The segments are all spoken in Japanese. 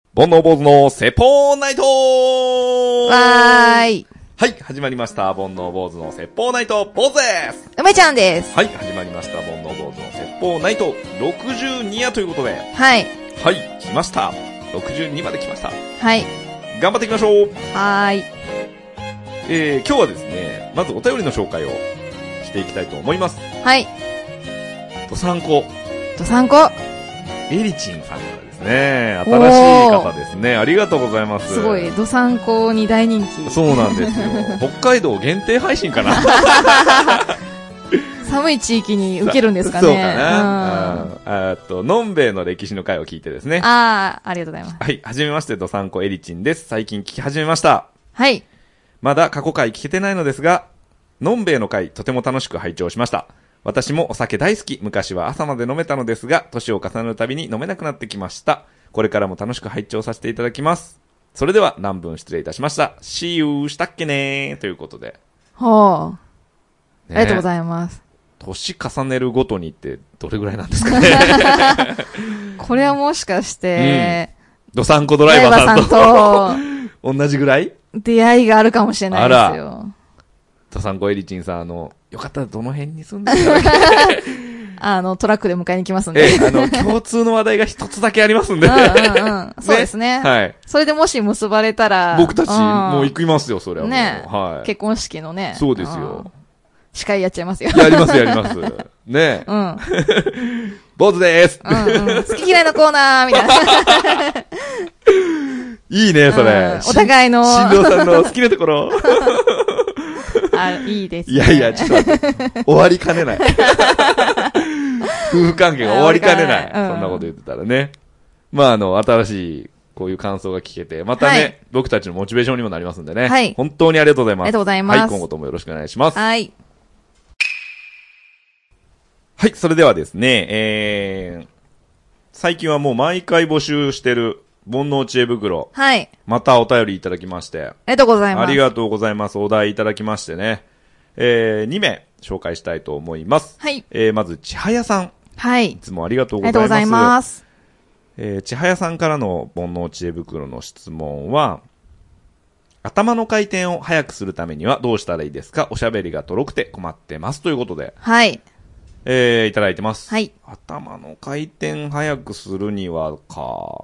煩悩坊主の説法ナイトわーい。 はい、始まりました。煩悩坊主の説法ナイト、坊主です。 梅ちゃんです。 はい、始まりました。煩悩坊主の説法ナイト、62夜ということで。 はい。 はい、来ました。62まで来ました。 はい。 頑張っていきましょう。 はーい。 今日はですね、まずお便りの紹介をしていきたいと思います。 はい。 どさんこ。 どさんこ。 エリチンさんからですね。新しい方ですね。ありがとうございます。 すごい、どさんこに大人気。 そうなんですよ。北海道限定配信かな寒い地域に受けるんですかね。 そうかな。のんべえの歴史の回を聞いてですね。 ありがとうございます。 はい。はじめまして、どさんこエリチンです。最近聞き始めました。 はい。 まだ過去回聞けてないのですが、のんべえの回とても楽しく拝聴しました。私もお酒大好き。昔は朝まで飲めたのですが、年を重ねるたびに飲めなくなってきました。これからも楽しく拝聴させていただきます。それでは何分失礼いたしました。See you したっけねーということで。 ほう。 ね、 ありがとうございます。 年重ねるごとにってどれぐらいなんですかねこれはもしかして、 どさんこドライバーさんと同じぐらい出会いがあるかもしれないですよ。 どさんこエリチンさん、よかったらどの辺に住んでるかトラックで迎えに来ますんで。 共通の話題が一つだけありますんで。 そうですね。 はい。 それでもし結ばれたら。 僕たち、もう行きますよ、それはもう。 ね。 はい。 結婚式のね。 そうですよ。 司会やっちゃいますよ。 やります。ね。 うん。 坊主でーす。 好き嫌いのコーナー、みたいな。 いいね、それ。 お互いの。 新郎さんの好きなところ。 いいですね。 いや、ちょっと待って。終わりかねない。夫婦関係が終わりかねない。そんなこと言ってたらね。まあ、新しい、こういう感想が聞けて、またね、僕たちのモチベーションにもなりますんでね。はい。本当にありがとうございます。 ありがとうございます。 はい、今後ともよろしくお願いします。 はい。 はい、それではですね、最近はもう毎回募集してる、煩悩知恵袋。 はい。 またお便りいただきまして。 ありがとうございます。 ありがとうございます。お題いただきましてね。2名紹介したいと思います。 はい。 まず、ちはやさん。 はい。 いつもありがとうございます。 ありがとうございます。 ちはやさんからの煩悩知恵袋の質問は、頭の回転を早くするためにはどうしたらいいですか？おしゃべりがとろくて困ってます。ということで。 はい。 いただいてます。 はい。 頭の回転早くするにはか。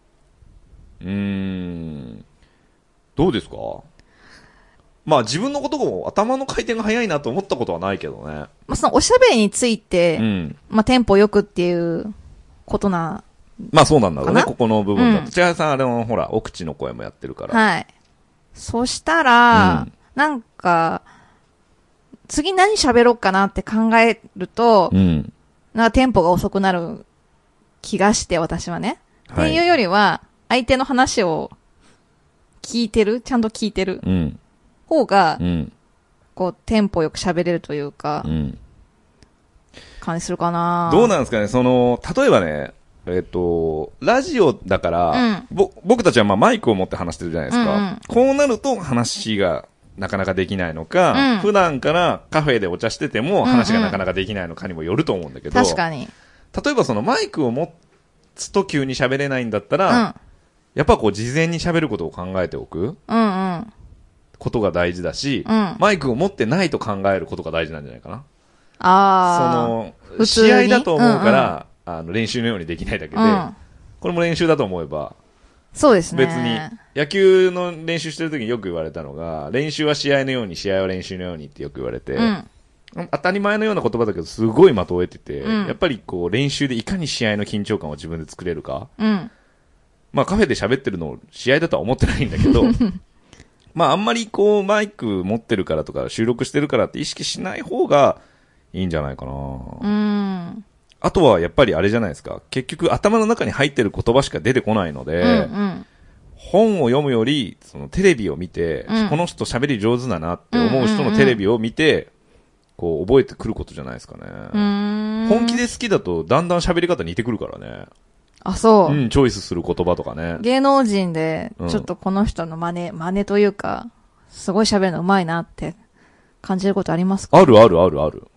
どうですか？まあ自分のことも頭の回転が早いなと思ったことはないけどね。まあそのおしゃべりについて、まあテンポよくっていうことな。 まあそうなんだろうね、ここの部分だと。千早さんほら、お口の声もやってるから。 はい。そしたら、なんか、次何喋ろうかなって考えると、なんかテンポが遅くなる気がして、私はね。っていうよりは、相手の話を聞いてる、ちゃんと聞いてる方が、こう、テンポよく喋れるというか、感じするかな。 どうなんですかね、例えばね、ラジオだから、僕たちはまあマイクを持って話してるじゃないですか。こうなると話がなかなかできないのか、普段からカフェでお茶してても話がなかなかできないのかにもよると思うんだけど、 確かに。 例えばそのマイクを持つと急に喋れないんだったら、やっぱこう事前に喋ることを考えておくことが大事だし、マイクを持ってないと考えることが大事なんじゃないかな。試合だと思うから、練習のようにできないだけで、これも練習だと思えば、 そうですね。 別に、野球の練習してる時によく言われたのが、練習は試合のように、試合は練習のようにってよく言われて、当たり前のような言葉だけど、すごい的を得てて、やっぱりこう練習でいかに試合の緊張感を自分で作れるか。まあカフェで喋ってるのを試合だとは思ってないんだけど、まああんまりこうマイク持ってるからとか収録してるからって意識しない方がいいんじゃないかな。あとはやっぱりあれじゃないですか。結局頭の中に入ってる言葉しか出てこないので、本を読むより、そのテレビを見て、この人喋り上手だなって思う人のテレビを見て、こう覚えてくることじゃないですかね。本気で好きだとだんだん喋り方似てくるからね。 あ、そう。 チョイスする言葉とかね。 芸能人で、ちょっとこの人の真似というか、すごい喋るの上手いなって感じることありますか？ ある。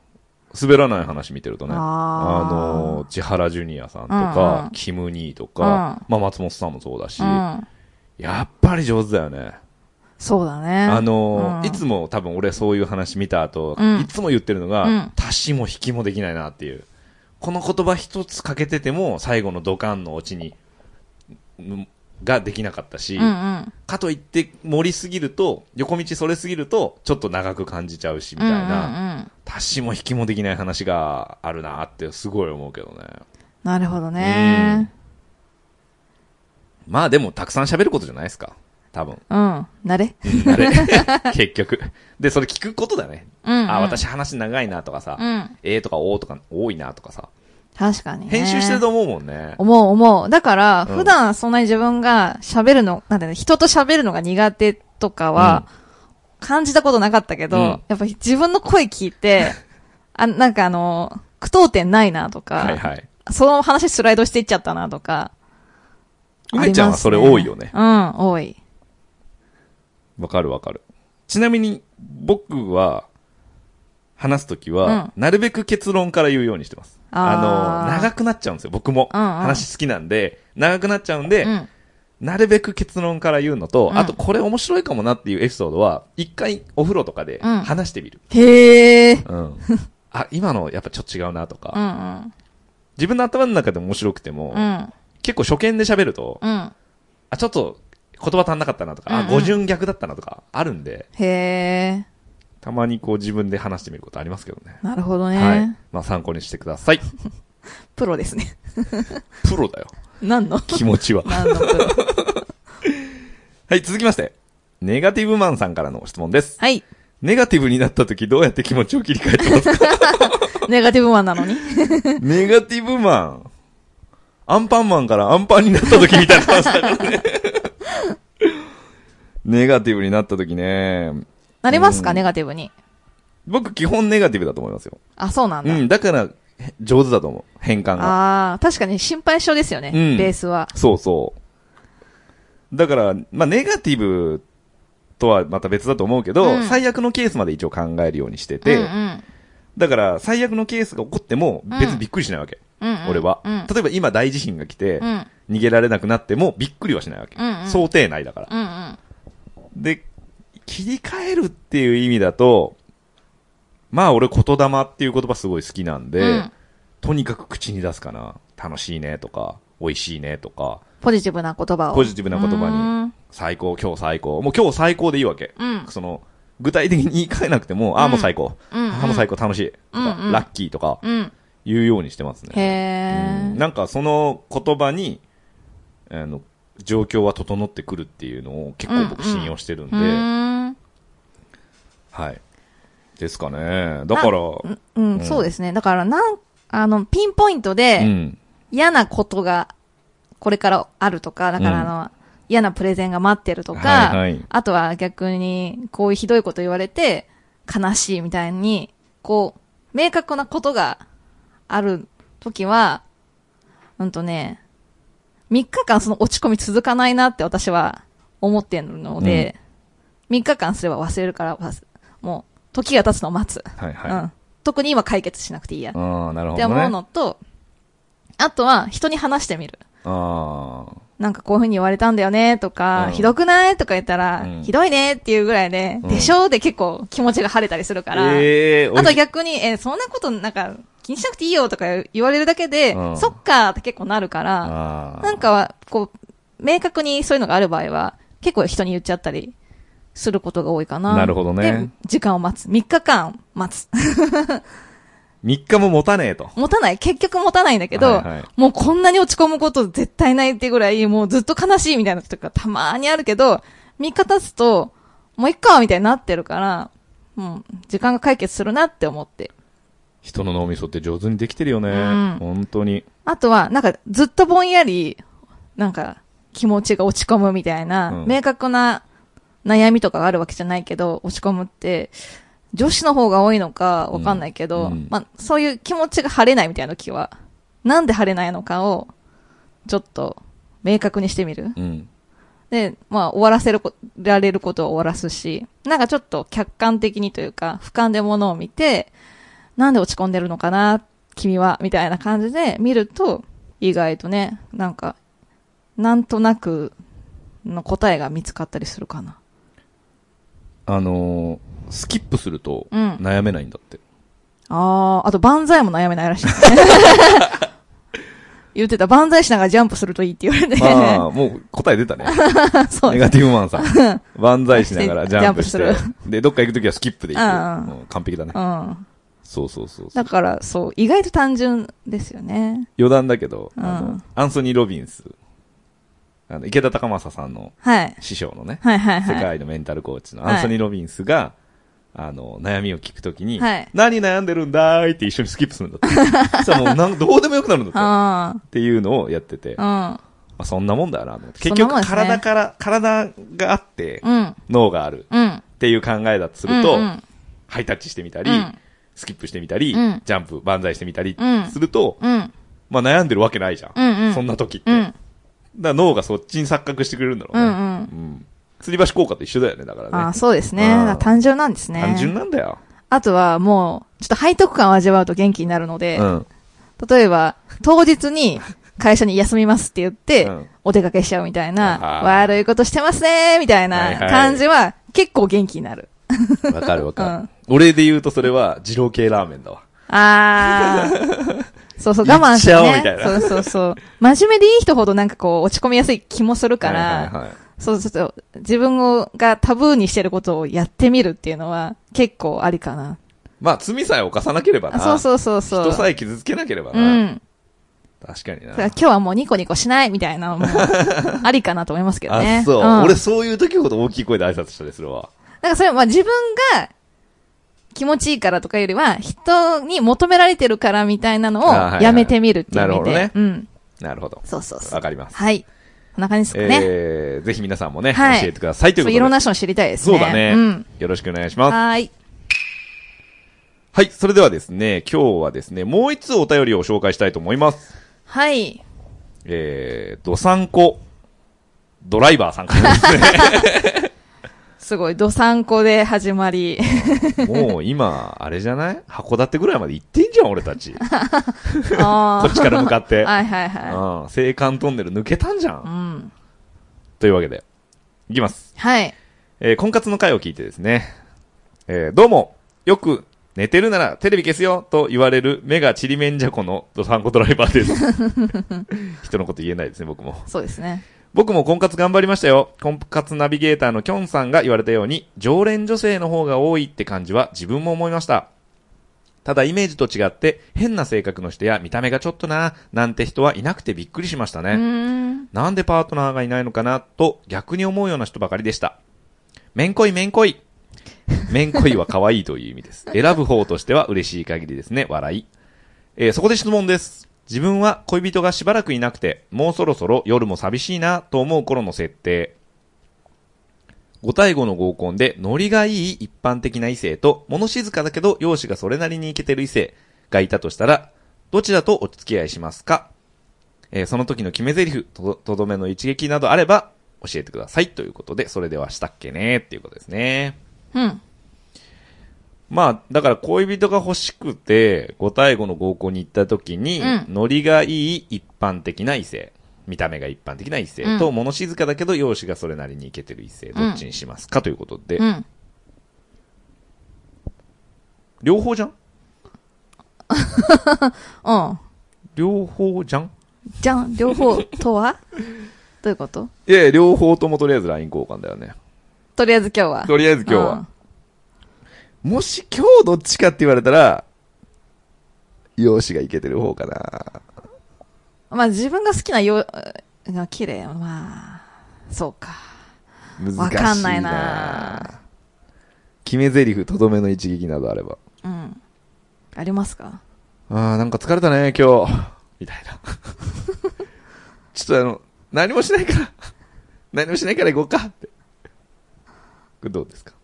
滑らない話見てるとね、千原ジュニアさんとか、キム・ニーとか、まあ松本さんもそうだし、やっぱり上手だよね。 そうだね。 いつも多分俺そういう話見た後、いつも言ってるのが、足しも引きもできないなっていう。この言葉一つかけてても、最後のドカンのオチに、ができなかったし、かといって盛りすぎると、横道それすぎると、ちょっと長く感じちゃうし、みたいな、足しも引きもできない話があるなってすごい思うけどね。 なるほどね。 まあでも、たくさん喋ることじゃないですか。多分。 慣れ慣れ。結局。で、それ聞くことだね。私話長いなとかさ、とかおとか多いなとかさ。 確かにね。 編集してると思うもんね。 思う。だから、普段そんなに自分が喋るの、なんてね、人と喋るのが苦手とかは、感じたことなかったけど、やっぱり自分の声聞いて、なんか句読点ないなとか、その話スライドしていっちゃったなとか。 梅ちゃんはそれ多いよね。 多い。 わかる。ちなみに、僕は、話すときは、なるべく結論から言うようにしてます。長くなっちゃうんですよ、僕も。話好きなんで、長くなっちゃうんで、なるべく結論から言うのと、あとこれ面白いかもなっていうエピソードは、一回お風呂とかで話してみる。 へー。今のやっぱちょっと違うなとか、自分の頭の中で面白くても、結構初見で喋ると、ちょっと言葉足んなかったなとか、語順逆だったなとかあるんで、 へー。 たまにこう自分で話してみることありますけどね。 なるほどね。 まあ参考にしてください。 プロですね。 プロだよ。 何の気持ちは。 何のプロはい、続きまして。ネガティブマンさんからの質問です。 はい。 ネガティブになった時どうやって気持ちを切り替えてますか？ ネガティブマンなのにネガティブマン。アンパンマンからアンパンになった時みたいな話だからね。ネガティブになった時ね。 なりますか、ネガティブに。 僕基本ネガティブだと思いますよ。 あ、そうなんだ。 だから上手だと思う。変換が。 確かに心配性ですよね。ベースは。 そうそう。だから、まあネガティブとはまた別だと思うけど、最悪のケースまで一応考えるようにしてて、だから最悪のケースが起こっても別にびっくりしないわけ。俺は。例えば今大地震が来て、逃げられなくなってもびっくりはしないわけ。想定内だから。で、切り替えるっていう意味だと、まあ俺言霊っていう言葉すごい好きなんで、とにかく口に出すかな。楽しいねとか、美味しいねとか。 ポジティブな言葉を。 ポジティブな言葉に、最高、今日最高。もう今日最高でいいわけ。具体的に言い換えなくても、もう最高。もう最高楽しい。とか、ラッキーとか、言うようにしてますね。なんかその言葉に、状況は整ってくるっていうのを結構僕信用してるんで、はい。ですかね。だから、 そうですね。だからピンポイントで、嫌なことがこれからあるとか、だから嫌なプレゼンが待ってるとか、あとは逆にこういうひどいこと言われて悲しいみたいに、こう、明確なことがあるときは、3日間その落ち込み続かないなって私は思ってるので、3日間すれば忘れるから、もう、時が経つのを待つ。特に今解決しなくていいや。 なるほどね。 って思うのと、あとは人に話してみる。なんかこういう風に言われたんだよねとか、ひどくないとか言ったら、ひどいねっていうぐらいで、でしょで結構気持ちが晴れたりするから、あと逆に、そんなことなんか気にしなくていいよとか言われるだけで、そっかーって結構なるから、なんかは、こう、明確にそういうのがある場合は、結構人に言っちゃったりすることが多いかな。 なるほどね。 で、時間を待つ。3日間待つ。 3日も持たねえと。 持たない。結局持たないんだけど、もうこんなに落ち込むこと絶対ないってぐらい、もうずっと悲しいみたいな時とかたまーにあるけど、3日経つと、もういっかみたいになってるから、時間が解決するなって思って。 人の脳みそって上手にできてるよね。本当に。 あとは、なんかずっとぼんやり、なんか気持ちが落ち込むみたいな、明確な悩みとかがあるわけじゃないけど、落ち込むって、女子の方が多いのかわかんないけど、そういう気持ちが晴れないみたいな時は、なんで晴れないのかを、ちょっと明確にしてみる。で、終わられることは終わらすし、なんかちょっと客観的にというか、俯瞰で物を見て、 なんで落ち込んでるのかな、君は、みたいな感じで見ると、意外とね、なんか、なんとなくの答えが見つかったりするかな。 スキップすると悩めないんだって。 あと万歳も悩めないらしい、ね。言ってた、万歳しながらジャンプするといいって言われて。 もう答え出たね。 そう。 ネガティブマンさん。万歳しながらジャンプして。で、どっか行くときはスキップで行く。もう完璧だね。そうそうそう。 だから、そう、意外と単純ですよね。 余談だけど、アンソニー・ロビンス。池田隆正さんの師匠のね、世界のメンタルコーチのアンソニー・ロビンスが、悩みを聞くときに、何悩んでるんだーいって一緒にスキップするんだって。そしたらもうどうでもよくなるんだって。っていうのをやってて、そんなもんだよなと思って。結局体があって、脳があるっていう考えだとすると、ハイタッチしてみたり、スキップしてみたり、ジャンプ、万歳してみたりすると、悩んでるわけないじゃん。そんな時って。だから脳がそっちに錯覚してくれるんだろうね。吊り橋効果と一緒だよね、だからね。そうですね。 単純なんですね。 単純なんだよ。 あとはもう、ちょっと背徳感を味わうと元気になるので、例えば、当日に会社に休みますって言って、お出かけしちゃうみたいな、悪いことしてますねーみたいな感じは、結構元気になる。 わかるわかる。俺で言うとそれは、二郎系ラーメンだわ。 そうそう、我慢してね。そうそうそう。真面目でいい人ほどなんかこう、落ち込みやすい気もするから、そうそうそう、自分がタブーにしてることをやってみるっていうのは、結構ありかな。 罪さえ犯さなければな。 そうそうそうそう。 人さえ傷つけなければな。確かにな。 今日はもうニコニコしないみたいなのも、ありかなと思いますけどね。 そう。俺そういう時ほど大きい声で挨拶したりするわ。 なんかそれは自分が、気持ちいいからとかよりは、人に求められてるからみたいなのをやめてみるっていう意味で。なるほどね。なるほど。そうそうそう。わかります。はい。こんな感じですかね。ぜひ皆さんもね、教えてくださいということで。 いろんな人を知りたいですね。 そうだね。よろしくお願いします。 はい。 はい。それではですね、今日はですね、もう一つお便りを紹介したいと思います。 はい。 ドサンコドライバーさんからですね。 すごい、ドサンコで始まり。 もう今、あれじゃない？函館ぐらいまで行ってんじゃん、俺たち。こっちから向かって。 はいはいはい。 青函トンネル抜けたんじゃん。というわけで、いきます。 はい。 婚活の回を聞いてですね、どうも、よく寝てるならテレビ消すよと言われる目がちりめんじゃこのドサンコドライバーです。人のこと言えないですね、僕も。 そうですね。 僕も婚活頑張りましたよ。婚活ナビゲーターのキョンさんが言われたように、常連女性の方が多いって感じは自分も思いました。ただイメージと違って変な性格の人や見た目がちょっとな、なんて人はいなくてびっくりしましたね。なんでパートナーがいないのかなと逆に思うような人ばかりでした。めんこいめんこい。めんこいは可愛いという意味です。選ぶ方としては嬉しい限りですね。笑い。そこで質問です。自分は恋人がしばらくいなくて、もうそろそろ夜も寂しいなと思う頃の設定。5対5の合コンでノリがいい一般的な異性と、物静かだけど容姿がそれなりにイケてる異性がいたとしたら、どちらとお付き合いしますか？その時の決め台詞、とどめの一撃などあれば教えてくださいということで、それではしたっけねっていうことですね。だから恋人が欲しくて、5対5の合コンに行った時に、ノリがいい一般的な異性、見た目が一般的な異性と、物静かだけど容姿がそれなりにイケてる異性、どっちにしますかということで、両方じゃん両方じゃん両方とはどういうこと？ いや、両方ともとりあえず LINE 交換だよね。 とりあえず今日は。 もし今日どっちかって言われたら、容姿がイケてる方かな。自分が好きなが綺麗。そうか。 難しいな。 わかんないな。 決め台詞、とどめの一撃などあれば。 ありますか？ なんか疲れたね、今日。みたいな。ちょっと何もしないから行こうかって。これどうですか？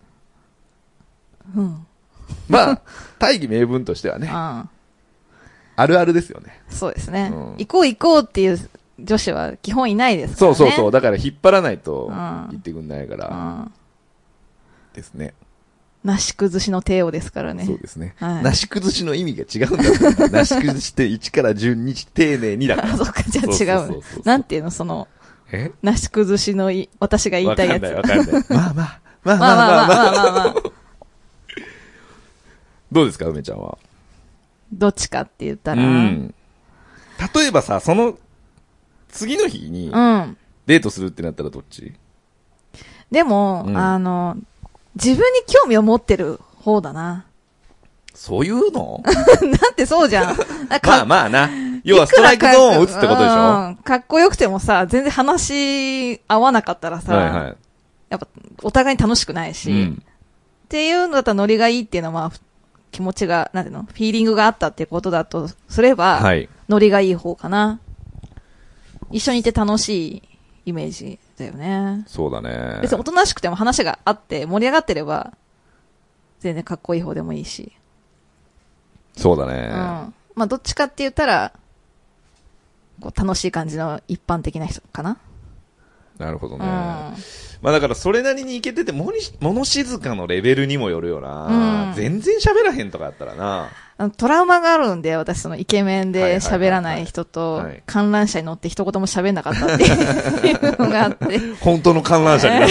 大義名分としてはね。あるあるですよね。 そうですね。行こうっていう女子は基本いないですからね。 そう。だから引っ張らないと言ってくんないから。ですね。 なし崩しの帝王ですからね。 そうですね。 はい、 なし崩しの意味が違うんだ。なし崩しって1から12丁寧にだから。 そうか、じゃあ違う。なんていうの、なし崩しの私が言いたいやつ。 わかんない。まあまあ。まあ。どうですか、梅ちゃんは。 どっちかって言ったら。 例えばさ、その、次の日に、デートするってなったらどっち？ でも、自分に興味を持ってる方だな。 そういうのだってそうじゃん。 まあな。要はストライクゾーンを打つってことでしょ？ かっこよくてもさ、全然話合わなかったらさ、やっぱお互いに楽しくないし、っていうのだったらノリがいいっていうのは、気持ちが、なんていうの、フィーリングがあったっていうことだとすれば、ノリがいい方かな。一緒にいて楽しいイメージだよね。 そうだね。 別におとなしくても話があって盛り上がってれば、全然かっこいい方でもいいし。 そうだね。 まあどっちかって言ったら、こう楽しい感じの一般的な人かな。 なるほどね。まあだからそれなりにいけてて、物静かのレベルにもよるよな。全然喋らへんとかあったらな。 トラウマがあるんで、私イケメンで喋らない人と、観覧車に乗って一言も喋んなかったっていうのがあって。 本当の観覧車になった。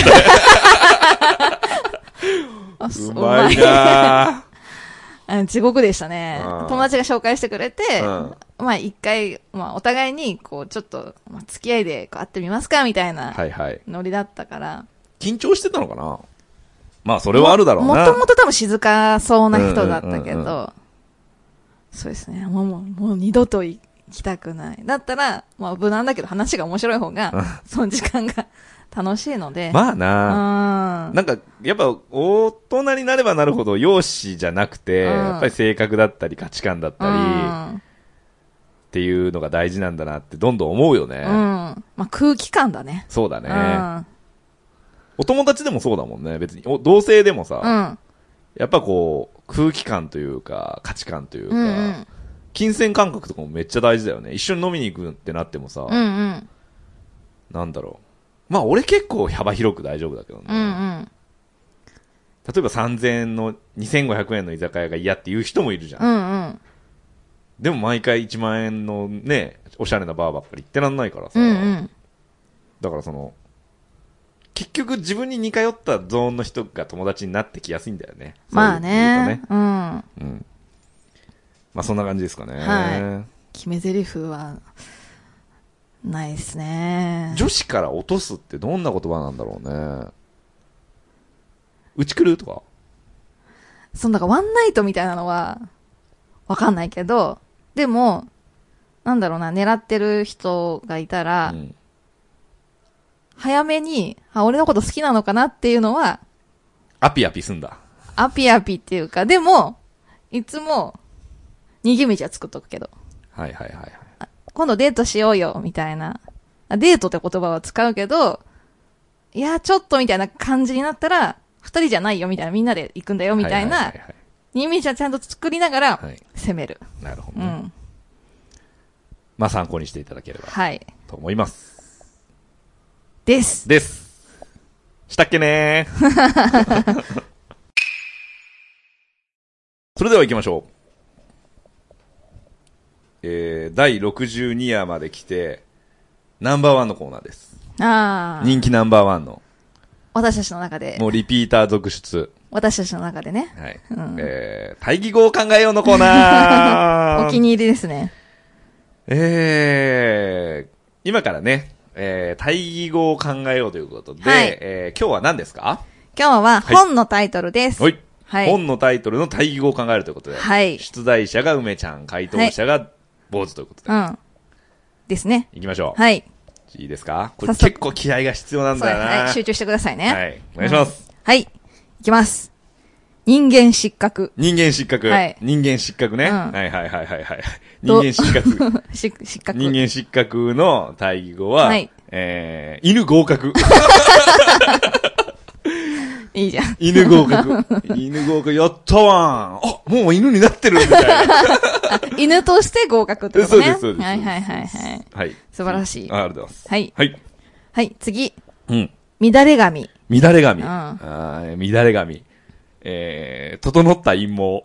うまいな地獄でしたね。友達が紹介してくれて、まあ一回、まあお互いに、こうちょっと、まあ、付き合いで会ってみますかみたいなノリだったから。 緊張してたのかな？まあそれはあるだろうな。 もともと多分静かそうな人だったけど、そうですね。もう二度と行きたくない。だったら、まあ無難だけど話が面白い方が、その時間が楽しいので。 まあな。なんか、やっぱ大人になればなるほど容姿じゃなくて、やっぱり性格だったり価値観だったり、っていうのが大事なんだなってどんどん思うよね。 まあ空気感だね。 そうだね。お友達でもそうだもんね。別に。同性でもさ、やっぱこう、空気感というか、価値観というか、金銭感覚とかもめっちゃ大事だよね。一緒に飲みに行くってなってもさ、なんだろう。まあ俺結構幅広く大丈夫だけどね。例えば3000円の2500円の居酒屋が嫌っていう人もいるじゃん。でも毎回1万円のね、おしゃれなバーばっかり行ってらんないからさ。だから結局自分に似通ったゾーンの人が友達になってきやすいんだよね。 まあね。 まあそんな感じですかね。 決め台詞は、ないですね。 女子から落とすってどんな言葉なんだろうね。うち来るとかなんかワンナイトみたいなのは、わかんないけど、でも、なんだろうな、狙ってる人がいたら、早めに、俺のこと好きなのかなっていうのは、 アピアピすんだ。 アピアピっていうか、でも、いつも、逃げ道は作っとくけど。今度デートしようよ、みたいな。デートって言葉は使うけど、いや、ちょっとみたいな感じになったら、二人じゃないよ、みたいな、みんなで行くんだよ、みたいな、逃げ道はちゃんと作りながら、攻める。 なるほどね。まあ参考にしていただければ。と思います。 です。 したっけねー。それでは行きましょう。第62夜まで来て、ナンバーワンのコーナーです。人気ナンバーワンの。 私たちの中で。 もうリピーター続出。 私たちの中でね。 対義語を考えようのコーナー。お気に入りですね。 今からね、対義語を考えようということで、今日は何ですか？ 今日は本のタイトルです。 本のタイトルの対義語を考えるということで、出題者が梅ちゃん、回答者が坊主ということで。 ですね。 行きましょう。いいですか？これ結構気合が必要なんだよな。 集中してくださいね。 お願いします。 いきます。人間失格。 人間失格。人間失格ね。人間失格。 失格。 人間失格の対義語は、犬合格。 いいじゃん。 犬合格。犬合格、やったわー。あ、もう犬になってるみたいな。 犬として合格ってことね。 そうです。 はい。素晴らしい。 ありがとうございます。 はい、次。乱れ髪。 乱れ髪。乱れ髪。 整った陰謀。どう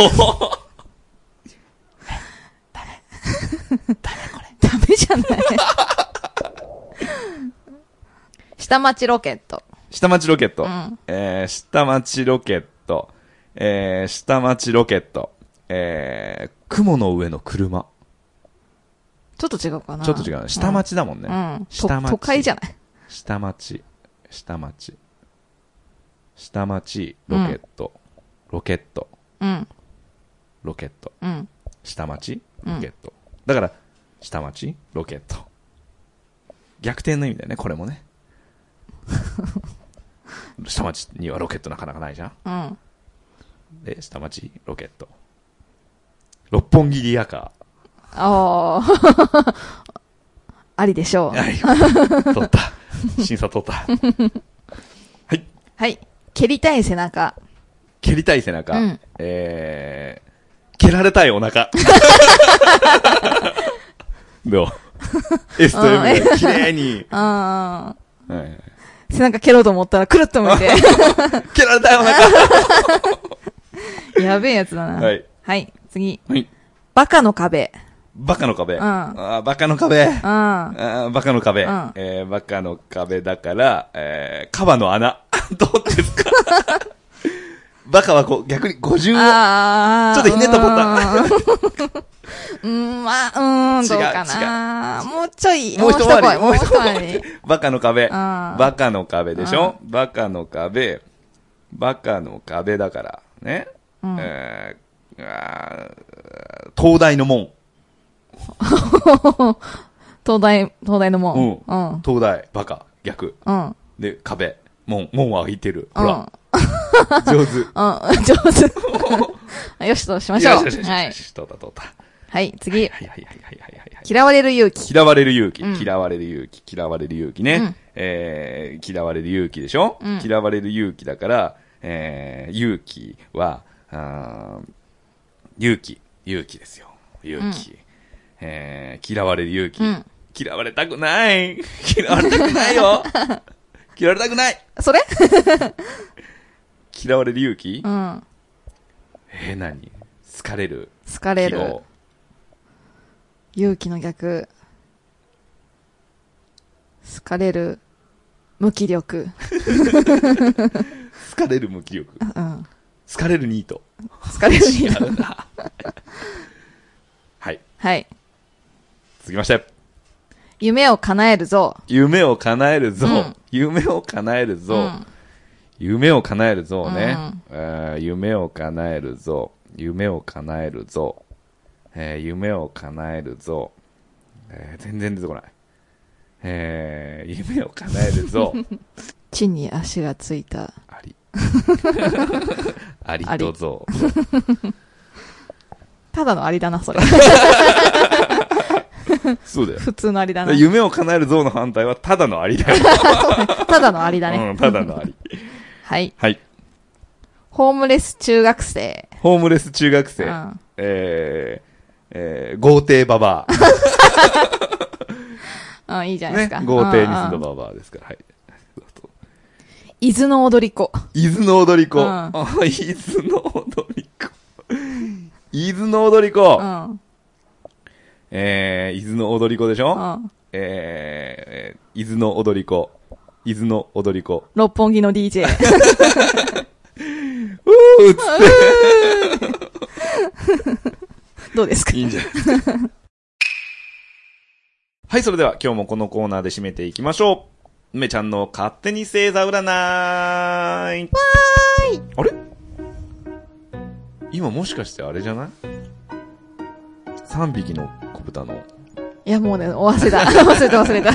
ダメじゃない下町ロケット。 下町ロケット。 うん、 下町ロケット。下町ロケット。雲の上の車。 ちょっと違うかな。 ちょっと違う。下町だもんね。 うん。 下町。 都会じゃない。 下町。下町。下町、ロケット。ロケット。 うん。 ロケット。 うん。 下町、ロケット。だから、下町、ロケット。逆転の意味だよね、これもね。下町にはロケットなかなかないじゃん。 うん。 で、下町、ロケット。六本木リヤカー。 ああ。ありでしょう。 はい。取った。審査取った。はい。 はい。蹴りたい背中。 蹴りたい背中。 うん、 蹴られたいお腹。どう ?S と M が綺麗に。 はい、背中蹴ろうと思ったらくるっと向いて。 蹴られたいお腹。 やべえやつだな。 はい。 はい、次。 はい。 バカの壁。 バカの壁。 うん。 バカの壁。 うん。 バカの壁。 うん。 バカの壁だから、カバの穴。どうですかバカはこう、逆に50を、ちょっとひねったボタン。 まあ、どうかな。もうちょい。 もう一回り。 もう一回り。 バカの壁。バカの壁でしょバカの壁。バカの壁だから。ね。東大の門。 東大の門。 うん。東大、バカ、逆。 うん。 で、壁。門は開いてる。ほら。上手。 上手。よしとしましょう。 よし。 はい。 通った。 はい、次。 はい。 嫌われる勇気。 嫌われる勇気ね。嫌われる勇気でしょ嫌われる勇気だから、勇気は、勇気ですよ。勇気。嫌われる勇気。嫌われたくない。嫌われたくないよ。嫌われたくない。 それ嫌われる勇気うん。 何好かれる。 好かれる。勇気の逆。好かれる。無気力。 好かれる無気力。 うん。 好かれるニート。 好かれるニート。 はい。 はい。 続きまして。 夢を叶えるぞ。 夢を叶えるぞ。夢を叶えるぞ。夢を叶えるぞね。夢を叶えるぞ。夢を叶えるぞ。夢を叶えるぞ。全然出てこない。夢を叶えるぞ。 地に足がついた。 あり。ありとぞ。 ただのアリだな、それ。 そうだよ。 普通のアリだな。 夢を叶えるぞの反対はただのアリだよ。 ただのアリだね。 ただのアリ。 はい。 はい。 ホームレス中学生。 ホームレス中学生。豪邸ババア。いいじゃないですか。 豪邸に住んだババアですから。はい。 伊豆の踊り子。 伊豆の踊り子。伊豆の踊り子。伊豆の踊り子。伊豆の踊り子でしょ伊豆の踊り子。伊豆の踊り子。 六本木の DJ。 つって。 どうですか？ いいんじゃないですか。はい、それでは今日もこのコーナーで締めていきましょう。梅ちゃんの勝手に星座占い。 わーい。 あれ？今もしかしてあれじゃない？ 3 匹の子豚の。 いやもうね、忘れた。忘れた。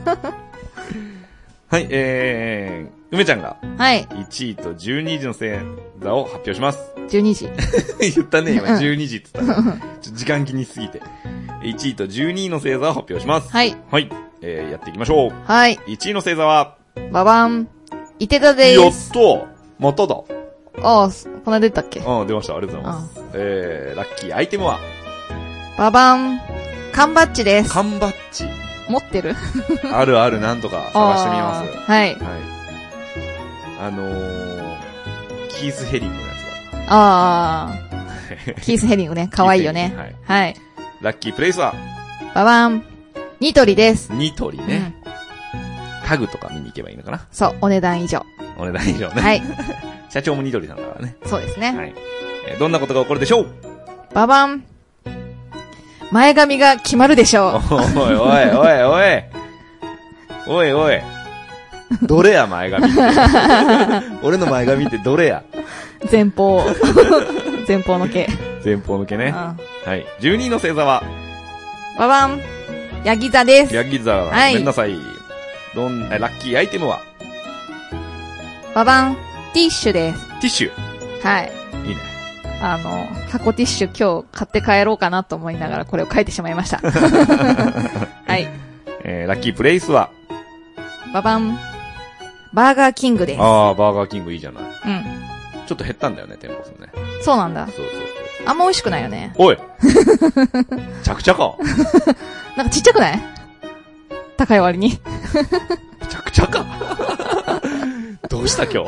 はい、梅ちゃんが。 はい。 1位と12時の星座を発表します。 12時。 言ったね、今12時って言ったね。時間気にしすぎて。1位と12位の星座を発表します。 はい。 はい。やっていきましょう。 はい。 1位の星座は、 ババン。いてたでーす。 やっと、まただ。 ああ、この間出たっけ？ 出ました。ありがとうございます。ラッキーアイテムは、 ババン。缶バッジです。 缶バッジ。 持ってる？ ある、なんとか探してみます。 はい。 キース・ヘリングのやつあー。キース・ヘリングね。かわいいよね。 はい。 はい。 ラッキープレイスはババン。ニトリです。 ニトリね。家具とか見に行けばいいのかな。 そう、お値段以上。 お値段以上ね。 はい。 社長もニトリさんだからね。 そうですね。 はい。どんなことが起こるでしょう？ ババン。前髪が決まるでしょう。 おいおいおいおい。おいおい。どれや前髪って。俺の前髪ってどれや？ 前方。前方の毛。 前方の毛ね。はい。12位の星座はババン。ヤギ座です。 ヤギ座。 はい。 ごめんなさい。ラッキーアイテムはババン。ティッシュです。 ティッシュ。 はい。 いいね。 箱ティッシュ今日買って帰ろうかなと思いながらこれを書いてしまいました。はい。 ラッキープレイスはババン。バーガーキングです。 ああ、バーガーキングいいじゃない。 うん。 ちょっと減ったんだよね、店舗数ね。 そうなんだ。 そうそうそう。 あんま美味しくないよね。 おい着々かなんかちっちゃくない？高い割に。 着々かどうした今日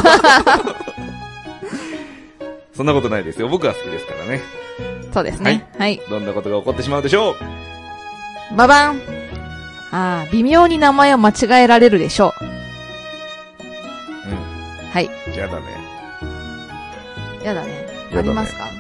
そんなことないですよ。僕は好きですからね。 そうですね。はい。 どんなことが起こってしまうでしょう。ババン。微妙に名前を間違えられるでしょう。 うん。 はい。 やだね。 やだね。ありますか？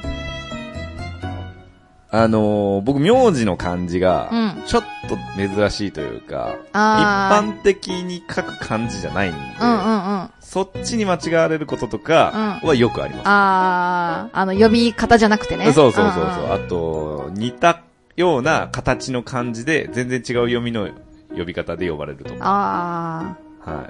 僕、名字の漢字が、ちょっと珍しいというか、一般的に書く漢字じゃないんで、そっちに間違われることとかはよくあります、 呼び方じゃなくてね。 そうそうそうそう。あと、似たような形の漢字で、全然違う読みの呼び方で呼ばれるとか。はい、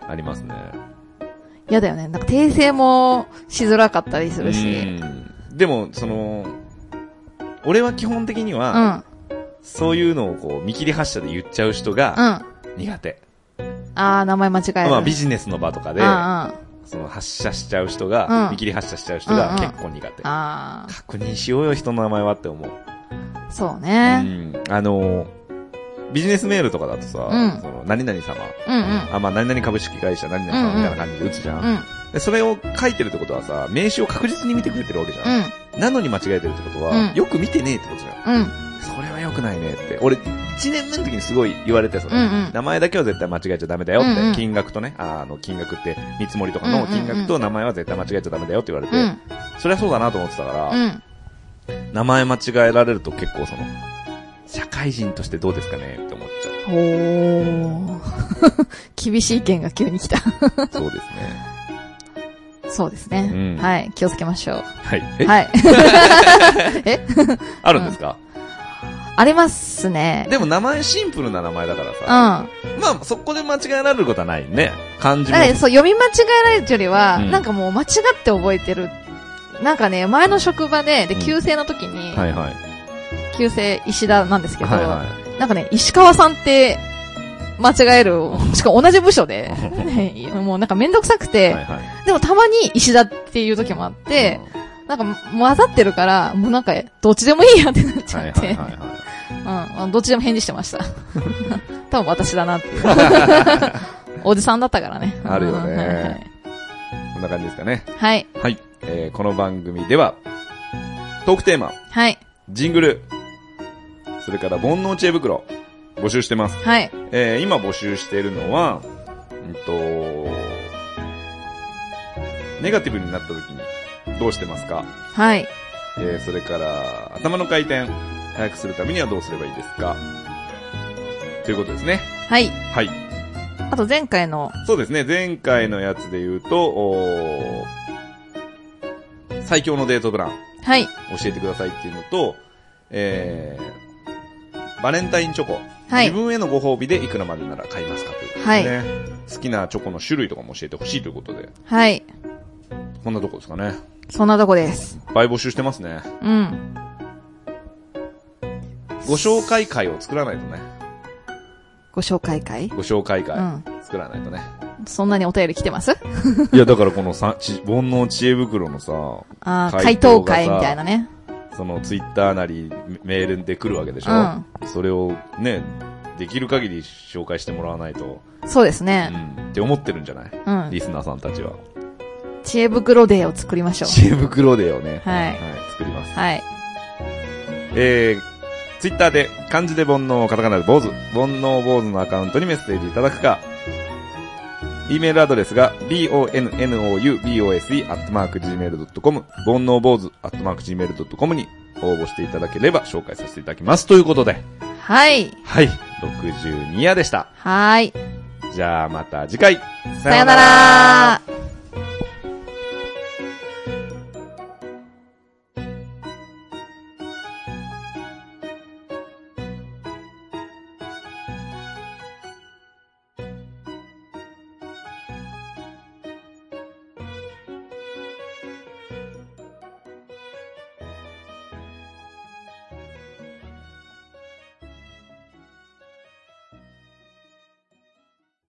ありますね。 やだよね。なんか訂正もしづらかったりするし。 でも、俺は基本的には、そういうのをこう見切り発車で言っちゃう人が苦手。 名前間違える。 まあビジネスの場とかで、発射しちゃう人が、見切り発車しちゃう人が結構苦手。確認しようよ、人の名前はって思う。 そうね。 ビジネスメールとかだとさ、何々様、まあ何々株式会社何々様みたいな感じで打つじゃん。でそれを書いてるってことはさ、名刺を確実に見てくれてるわけじゃん。なのに間違えてるってことは、よく見てねえってことじゃん。それはよくないねって。俺、1年目の時にすごい言われて、名前だけは絶対間違えちゃダメだよって、金額とね、金額って見積もりとかの金額と名前は絶対間違えちゃダメだよって言われて、それはそうだなと思ってたから、名前間違えられると結構社会人としてどうですかねって思っちゃう。厳しい意見が急に来た。 そうですね。 そうですね。はい。気をつけましょう。 はい。 はい。 あるんですか？ ありますね。 でも名前シンプルな名前だからさ。まあ、そこで間違えられることはないね。漢字も。 そう、読み間違えられるよりは、なんかもう間違って覚えてる。なんかね、前の職場で、旧姓の時に、旧姓石田なんですけど、なんかね、石川さんって、間違える。しかも同じ部署で、もうなんかめんどくさくて、でもたまに石田っていう時もあって、なんか混ざってるから、もうなんかどっちでもいいやってなっちゃって、どっちでも返事してました。多分私だなっていう。おじさんだったからね。 あるよね。こんな感じですかね。 はい。 はい。この番組では、トークテーマ、ジングル、それから煩悩知恵袋、募集してます。 はい。 今募集しているのは、ネガティブになった時にどうしてますか？ はい。 それから、頭の回転、早くするためにはどうすればいいですか？ということですね。 はい。 はい。 あと前回の。 そうですね。前回のやつで言うと、最強のデートプラン。 はい。 教えてくださいっていうのと、バレンタインチョコ。はい。自分へのご褒美でいくらまでなら買いますかということですね。はい。好きなチョコの種類とかも教えてほしいということで。 はい。 こんなとこですかね。 そんなとこです。 いっぱい募集してますね。 うん。 ご紹介会を作らないとね。 ご紹介会？ ご紹介会。作らないとね。 そんなにお便り来てます？ いや、だからこの煩悩知恵袋のさ、 回答会みたいなね。 そのツイッターなりメールで来るわけでしょ。それをね、できる限り紹介してもらわないと。 そうですね。 って思ってるんじゃない？リスナーさんたちは。 知恵袋デーを作りましょう。 知恵袋デーをね。 はい。 作ります。 はい。 ツイッターで漢字で煩悩、カタカナで坊主、煩悩坊主のアカウントにメッセージいただくか、E メールアドレスが bonnoubose@gmail.com 煩悩坊主@gmail.com に応募していただければ紹介させていただきますということで。 はい。 はい。62夜でした。 はい。 じゃあまた次回。 さよなら。